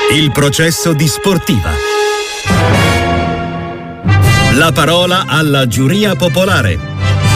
Il processo di Sportiva. La parola alla giuria popolare.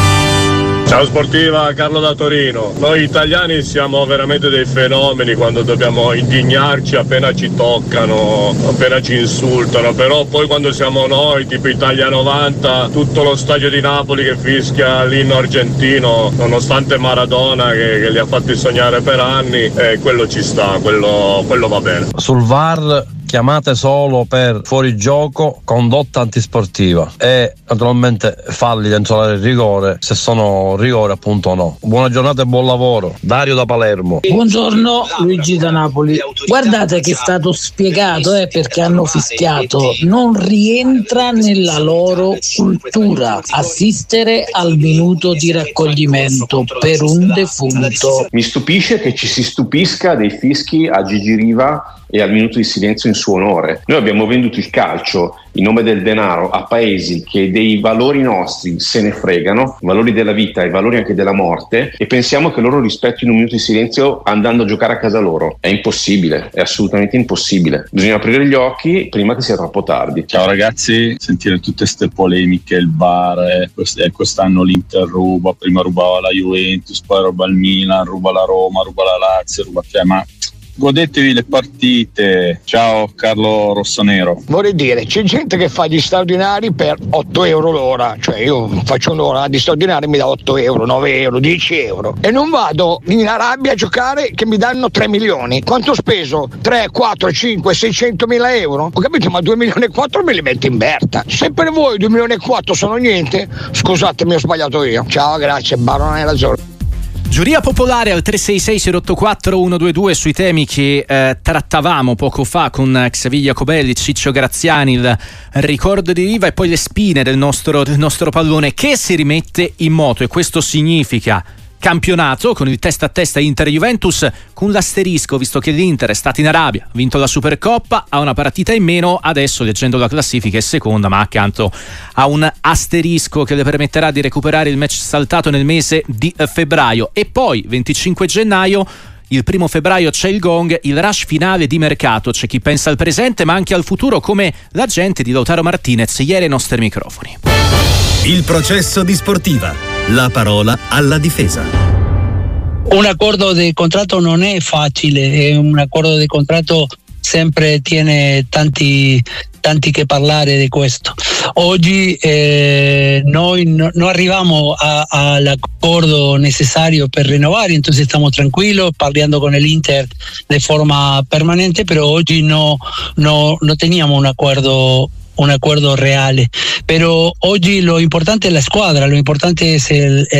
Ciao Sportiva, Carlo da Torino. Noi italiani siamo veramente dei fenomeni quando dobbiamo indignarci appena ci toccano, appena ci insultano, però poi quando siamo noi, tipo Italia 90, tutto lo stadio di Napoli che fischia l'inno argentino, nonostante Maradona che li ha fatti sognare per anni, quello ci sta, quello va bene. Sul VAR chiamate solo per fuorigioco, condotta antisportiva e naturalmente falli dentro l'area di rigore, se sono rigore appunto no. Buona giornata e buon lavoro. Dario da Palermo. Buongiorno, Luigi da Napoli. Guardate che è stato spiegato perché hanno fischiato. Non rientra nella loro cultura assistere al minuto di raccoglimento per un defunto. Mi stupisce che ci si stupisca dei fischi a Gigi Riva e al minuto di silenzio in suo onore. Noi abbiamo venduto il calcio in nome del denaro a paesi che dei valori nostri se ne fregano, valori della vita e valori anche della morte, e pensiamo che loro rispettino un minuto di silenzio andando a giocare a casa loro. È impossibile, è assolutamente impossibile. Bisogna aprire gli occhi prima che sia troppo tardi. Ciao ragazzi, sentire tutte ste polemiche, il VAR, quest'anno l'Inter ruba, prima rubava la Juventus, poi ruba il Milan, ruba la Roma, ruba la Lazio, ma godetevi le partite. Ciao Carlo Rossonero. Vorrei dire, c'è gente che fa gli straordinari per 8 euro l'ora, cioè io faccio un'ora di straordinari, mi dà 8 euro, 9 euro, 10 euro e non vado in Arabia a giocare che mi danno 3 milioni. Quanto ho speso? 3, 4, 5, 600 mila euro? Ho capito, ma 2 milioni e 4 me li metto in Berta. Se per voi 2 milioni e 4 sono niente, scusatemi, ho sbagliato io. Ciao, grazie, Barone Razzone. Giuria popolare al 366-084-122 sui temi che trattavamo poco fa con Xavier Jacobelli, Ciccio Graziani, il ricordo di Riva e poi le spine del nostro pallone che si rimette in moto, e questo significa campionato con il testa a testa Inter-Juventus, con l'asterisco visto che l'Inter è stata in Arabia, ha vinto la Supercoppa, ha una partita in meno, adesso leggendo la classifica è seconda, ma accanto a un asterisco che le permetterà di recuperare il match saltato nel mese di febbraio. E poi 25 gennaio, il 1 febbraio c'è il gong, il rush finale di mercato. C'è chi pensa al presente ma anche al futuro, come l'agente di Lautaro Martinez ieri ai nostri microfoni. Il processo di Sportiva, la parola alla difesa. Un accordo di contratto non è facile, un accordo di contratto sempre tiene tanti che parlare di questo. Oggi noi non arriviamo all'accordo necessario per rinnovare, entonces estamos tranquilos, parlando con el Inter de forma permanente, pero oggi no teníamos un acuerdo reale, pero oggi lo importante es la squadra, lo importante es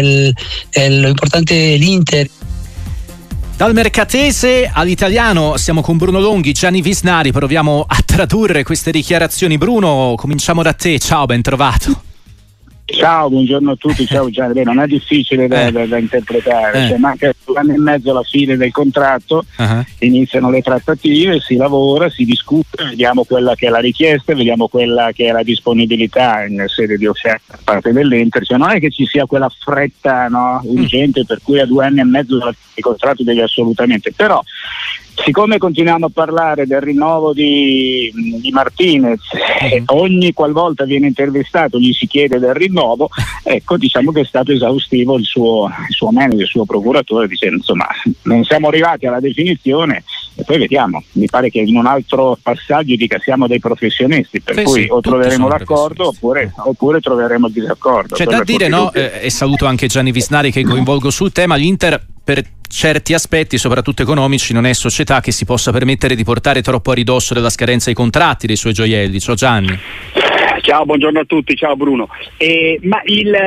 lo importante è l'Inter. Dal mercatese all'italiano siamo con Bruno Longhi, Gianni Visnari, proviamo a tradurre queste dichiarazioni. Bruno, cominciamo da te, ciao, ben trovato. Ciao, buongiorno a tutti, ciao Gianni. Non è difficile da interpretare, cioè, manca 2 anni e mezzo alla fine del contratto, iniziano le trattative, si lavora, si discute, vediamo quella che è la richiesta, vediamo quella che è la disponibilità in sede di offerta da parte dell'Inter, cioè non è che ci sia quella fretta urgente per cui a 2 anni e mezzo dal contratto devi assolutamente, però siccome continuiamo a parlare del rinnovo di Martinez, ogni qualvolta viene intervistato gli si chiede del rinnovo, ecco, diciamo che è stato esaustivo il suo manager, il suo procuratore, dicendo insomma non siamo arrivati alla definizione e poi vediamo. Mi pare che in un altro passaggio dica siamo dei professionisti, per cui o troveremo l'accordo oppure troveremo il disaccordo. C'è da dire, no? E saluto anche Gianni Visnari che coinvolgo sul tema. L'Inter per certi aspetti, soprattutto economici, non è società che si possa permettere di portare troppo a ridosso della scadenza dei contratti dei suoi gioielli. Ciao Gianni. Ciao, buongiorno a tutti, ciao Bruno. Ma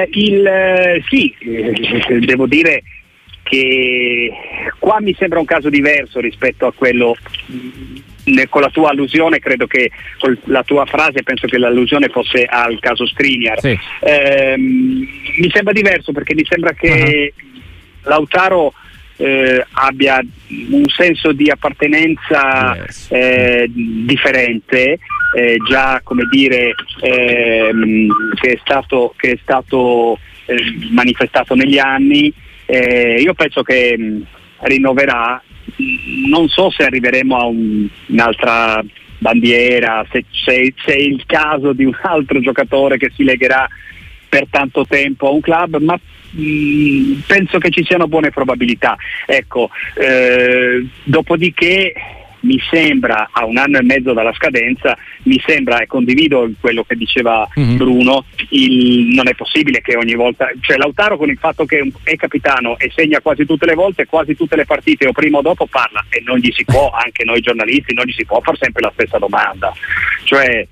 devo dire che qua mi sembra un caso diverso rispetto a quello con la tua allusione. Credo che con la tua frase penso che l'allusione fosse al caso Skriniar. Sì. Mi sembra diverso perché mi sembra che Lautaro abbia un senso di appartenenza differente, già come dire che è stato manifestato negli anni. Io penso che rinnoverà non so se arriveremo a un'altra bandiera, se è il caso di un altro giocatore che si legherà per tanto tempo a un club, ma penso che ci siano buone probabilità. Ecco, dopodiché mi sembra, a 1 anno e mezzo dalla scadenza, mi sembra, e condivido quello che diceva Bruno, non è possibile che ogni volta, cioè Lautaro, con il fatto che è capitano e segna quasi tutte le volte, quasi tutte le partite, o prima o dopo parla, e non gli si può, anche noi giornalisti, non gli si può fare sempre la stessa domanda, cioè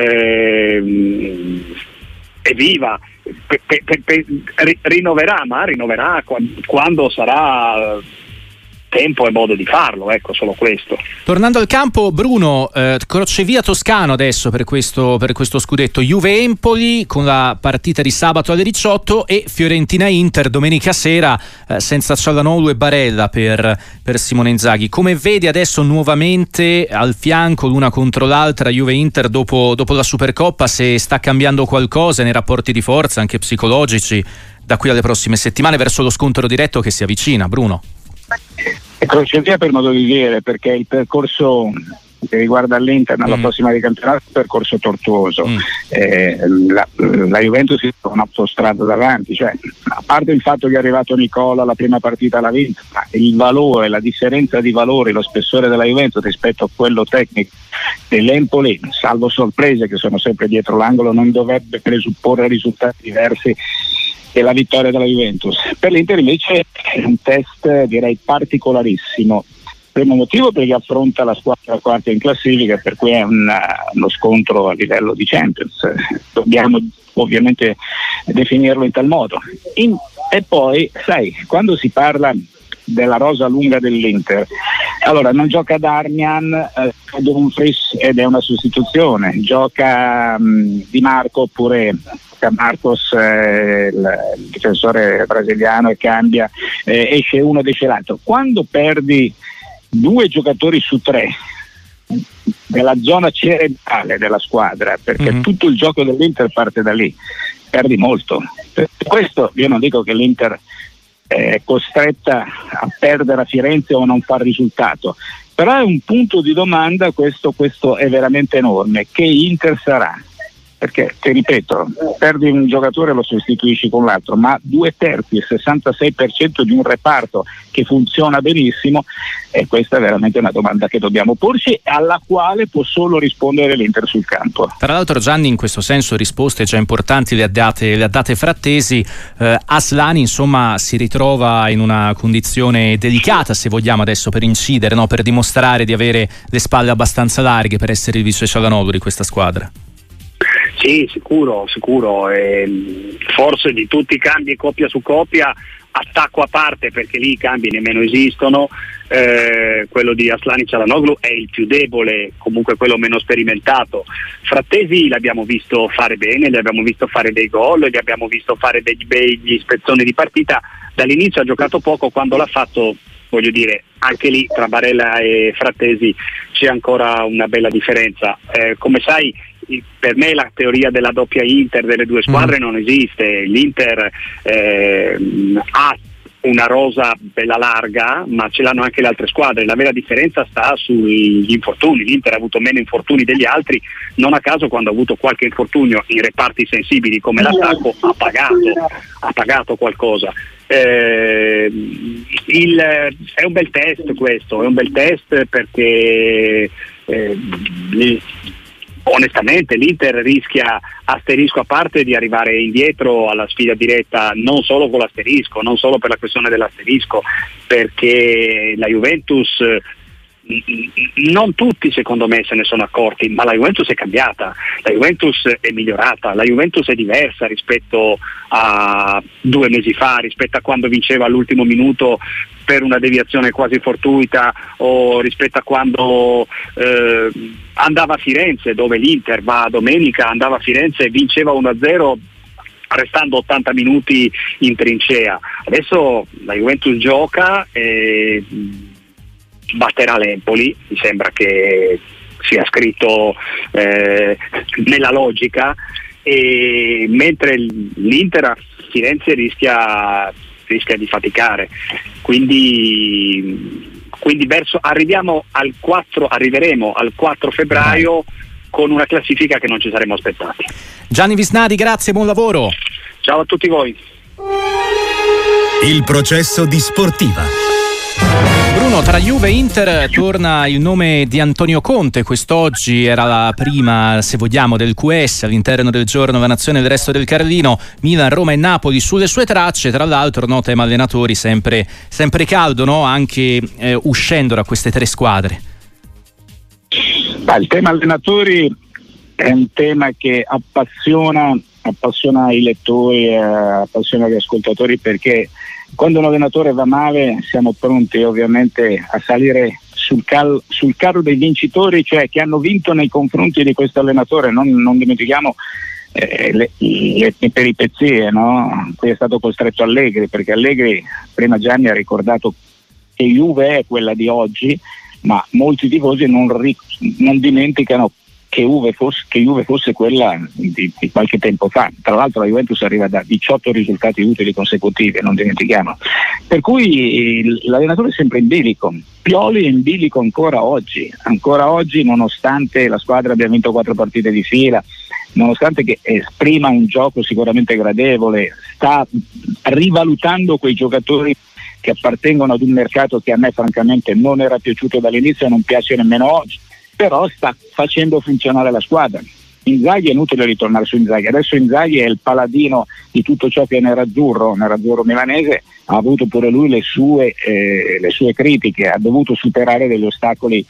evviva, rinnoverà quando sarà tempo e modo di farlo, ecco, solo questo. Tornando al campo, Bruno, crocevia toscano adesso per questo scudetto. Juve-Empoli con la partita di sabato alle 18 e Fiorentina-Inter domenica sera, senza Cialanoglu e Barella per Simone Inzaghi. Come vedi adesso nuovamente al fianco l'una contro l'altra Juve-Inter dopo la Supercoppa, se sta cambiando qualcosa nei rapporti di forza anche psicologici da qui alle prossime settimane verso lo scontro diretto che si avvicina, Bruno? Crocevia per modo di dire, perché il percorso che riguarda l'Inter nella prossima di campionato è un percorso tortuoso. La Juventus ha un'autostrada davanti, cioè, a parte il fatto che è arrivato Nicola, la prima partita l'ha vinta, ma il valore, la differenza di valori, lo spessore della Juventus rispetto a quello tecnico dell'Empoli, salvo sorprese che sono sempre dietro l'angolo, non dovrebbe presupporre risultati diversi e la vittoria della Juventus. Per l'Inter invece è un test, direi, particolarissimo. Primo motivo perché affronta la squadra quarta in classifica, per cui è uno scontro a livello di Champions, dobbiamo ovviamente definirlo in tal modo. E poi, sai, quando si parla della rosa lunga dell'Inter, allora non gioca Darmian, Dumfries ed è una sostituzione, gioca Di Marco oppure Marcos, il difensore brasiliano, e cambia, esce uno ed esce l'altro. Quando perdi 2 giocatori su 3 della zona cerebrale della squadra, perché tutto il gioco dell'Inter parte da lì, perdi molto. Per questo io non dico che l'Inter è costretta a perdere a Firenze o non far risultato, però è un punto di domanda, questo è veramente enorme. Che Inter sarà? Perché, ti ripeto, perdi un giocatore e lo sostituisci con l'altro, ma 2/3, il 66% di un reparto che funziona benissimo, e questa è veramente una domanda che dobbiamo porci, alla quale può solo rispondere l'Inter sul campo. Tra l'altro, Gianni, in questo senso risposte già importanti le ha date Frattesi. Aslani insomma si ritrova in una condizione delicata, se vogliamo adesso, per incidere, no? Per dimostrare di avere le spalle abbastanza larghe per essere il vice Cialanoglu di questa squadra. Sì, sicuro, forse di tutti i cambi coppia su coppia, attacco a parte, perché lì i cambi nemmeno esistono, quello di Aslani Cialanoglu è il più debole, comunque quello meno sperimentato. Frattesi l'abbiamo visto fare bene, gli abbiamo visto fare dei gol, gli abbiamo visto fare degli begli spezzoni di partita. Dall'inizio ha giocato poco, quando l'ha fatto, voglio dire, anche lì tra Barella e Frattesi c'è ancora una bella differenza. Come sai, per me la teoria della doppia Inter delle due squadre non esiste. L'Inter ha una rosa bella larga, ma ce l'hanno anche le altre squadre. La vera differenza sta sugli infortuni. L'Inter ha avuto meno infortuni degli altri, non a caso quando ha avuto qualche infortunio in reparti sensibili come l'attacco ha pagato qualcosa. È un bel test questo, è un bel test perché onestamente l'Inter rischia, asterisco a parte, di arrivare indietro alla sfida diretta, non solo con l'asterisco, non solo per la questione dell'asterisco, perché la Juventus, non tutti secondo me se ne sono accorti, ma la Juventus è cambiata, la Juventus è migliorata, la Juventus è diversa rispetto a 2 mesi fa, rispetto a quando vinceva all'ultimo minuto per una deviazione quasi fortuita, o rispetto a quando andava a Firenze, dove l'Inter va domenica, andava a Firenze e vinceva 1-0 restando 80 minuti in trincea. Adesso la Juventus gioca e batterà l'Empoli, mi sembra che sia scritto nella logica, e mentre l'Inter a Firenze rischia di faticare, quindi quindi arriveremo al 4 febbraio con una classifica che non ci saremmo aspettati. Gianni Visnadi, grazie, buon lavoro. Ciao a tutti voi. Il processo di Sportiva. Bruno, tra Juve e Inter torna il nome di Antonio Conte. Quest'oggi era la prima, se vogliamo, del QS all'interno del giorno della nazione del resto del Carlino. Milan, Roma e Napoli sulle sue tracce. Tra l'altro, no, tema allenatori sempre caldo, no? Anche uscendo da queste tre squadre. Il tema allenatori è un tema che appassiona i lettori, appassiona gli ascoltatori, perché quando un allenatore va male siamo pronti ovviamente a salire sul carro dei vincitori, cioè che hanno vinto nei confronti di questo allenatore. Non dimentichiamo le peripezie, no? Qui è stato costretto Allegri, perché Allegri, prima Gianni ha ricordato che Juve è quella di oggi, ma molti tifosi non dimenticano che Juve fosse quella di qualche tempo fa. Tra l'altro la Juventus arriva da 18 risultati utili consecutivi, non dimentichiamo. Per cui l'allenatore è sempre in bilico. Pioli è in bilico ancora oggi, nonostante la squadra abbia vinto 4 partite di fila, nonostante che esprima un gioco sicuramente gradevole, sta rivalutando quei giocatori che appartengono ad un mercato che a me francamente non era piaciuto dall'inizio e non piace nemmeno oggi, però sta facendo funzionare la squadra. Inzaghi, è inutile ritornare su Inzaghi, adesso Inzaghi è il paladino di tutto ciò che è nerazzurro milanese, ha avuto pure lui le sue critiche, ha dovuto superare degli ostacoli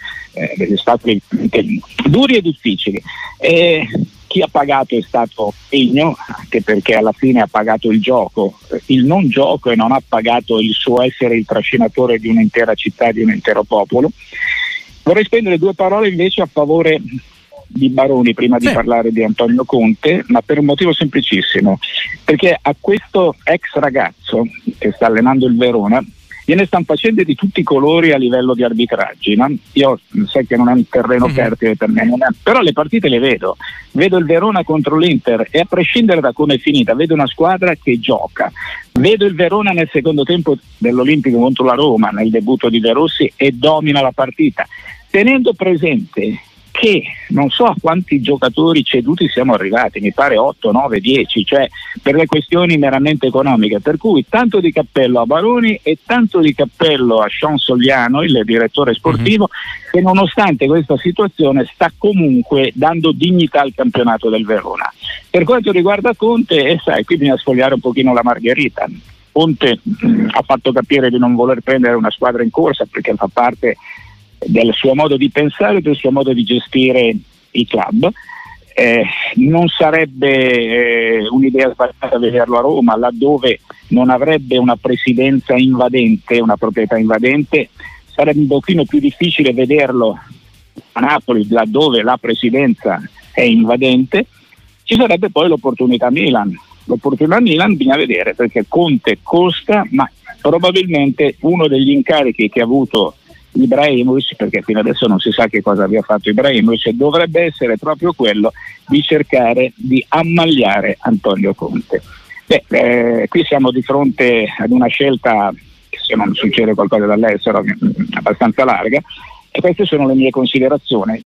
duri e difficili. Chi ha pagato è stato Mourinho, anche perché alla fine ha pagato il gioco, il non gioco, e non ha pagato il suo essere il trascinatore di un'intera città, di un intero popolo. Vorrei spendere 2 parole invece a favore di Baroni prima di parlare di Antonio Conte, ma per un motivo semplicissimo, perché a questo ex ragazzo che sta allenando il Verona gliene stanno facendo di tutti i colori a livello di arbitraggi, no? Io sai che non è un terreno fertile per me, però le partite le vedo il Verona contro l'Inter e a prescindere da come è finita vedo una squadra che gioca, vedo il Verona nel secondo tempo dell'Olimpico contro la Roma nel debutto di De Rossi e domina la partita, tenendo presente che non so a quanti giocatori ceduti siamo arrivati, mi pare 8, 9, 10, cioè per le questioni meramente economiche, per cui tanto di cappello a Baroni e tanto di cappello a Sean Soliano, il direttore sportivo, che nonostante questa situazione sta comunque dando dignità al campionato del Verona. Per quanto riguarda Conte, qui bisogna sfogliare un pochino la margherita. Conte ha fatto capire di non voler prendere una squadra in corsa perché fa parte del suo modo di pensare, del suo modo di gestire i club. Non sarebbe un'idea sbagliata vederlo a Roma, laddove non avrebbe una presidenza invadente, una proprietà invadente. Sarebbe un pochino più difficile vederlo a Napoli, laddove la presidenza è invadente. Ci sarebbe poi l'opportunità Milan. L'opportunità Milan bisogna vedere, perché Conte costa, ma probabilmente uno degli incarichi che ha avuto Ibrahimovic, perché fino adesso non si sa che cosa abbia fatto Ibrahimovic, dovrebbe essere proprio quello di cercare di ammagliare Antonio Conte. Qui siamo di fronte ad una scelta che, se non succede qualcosa dall'estero, abbastanza larga, e queste sono le mie considerazioni.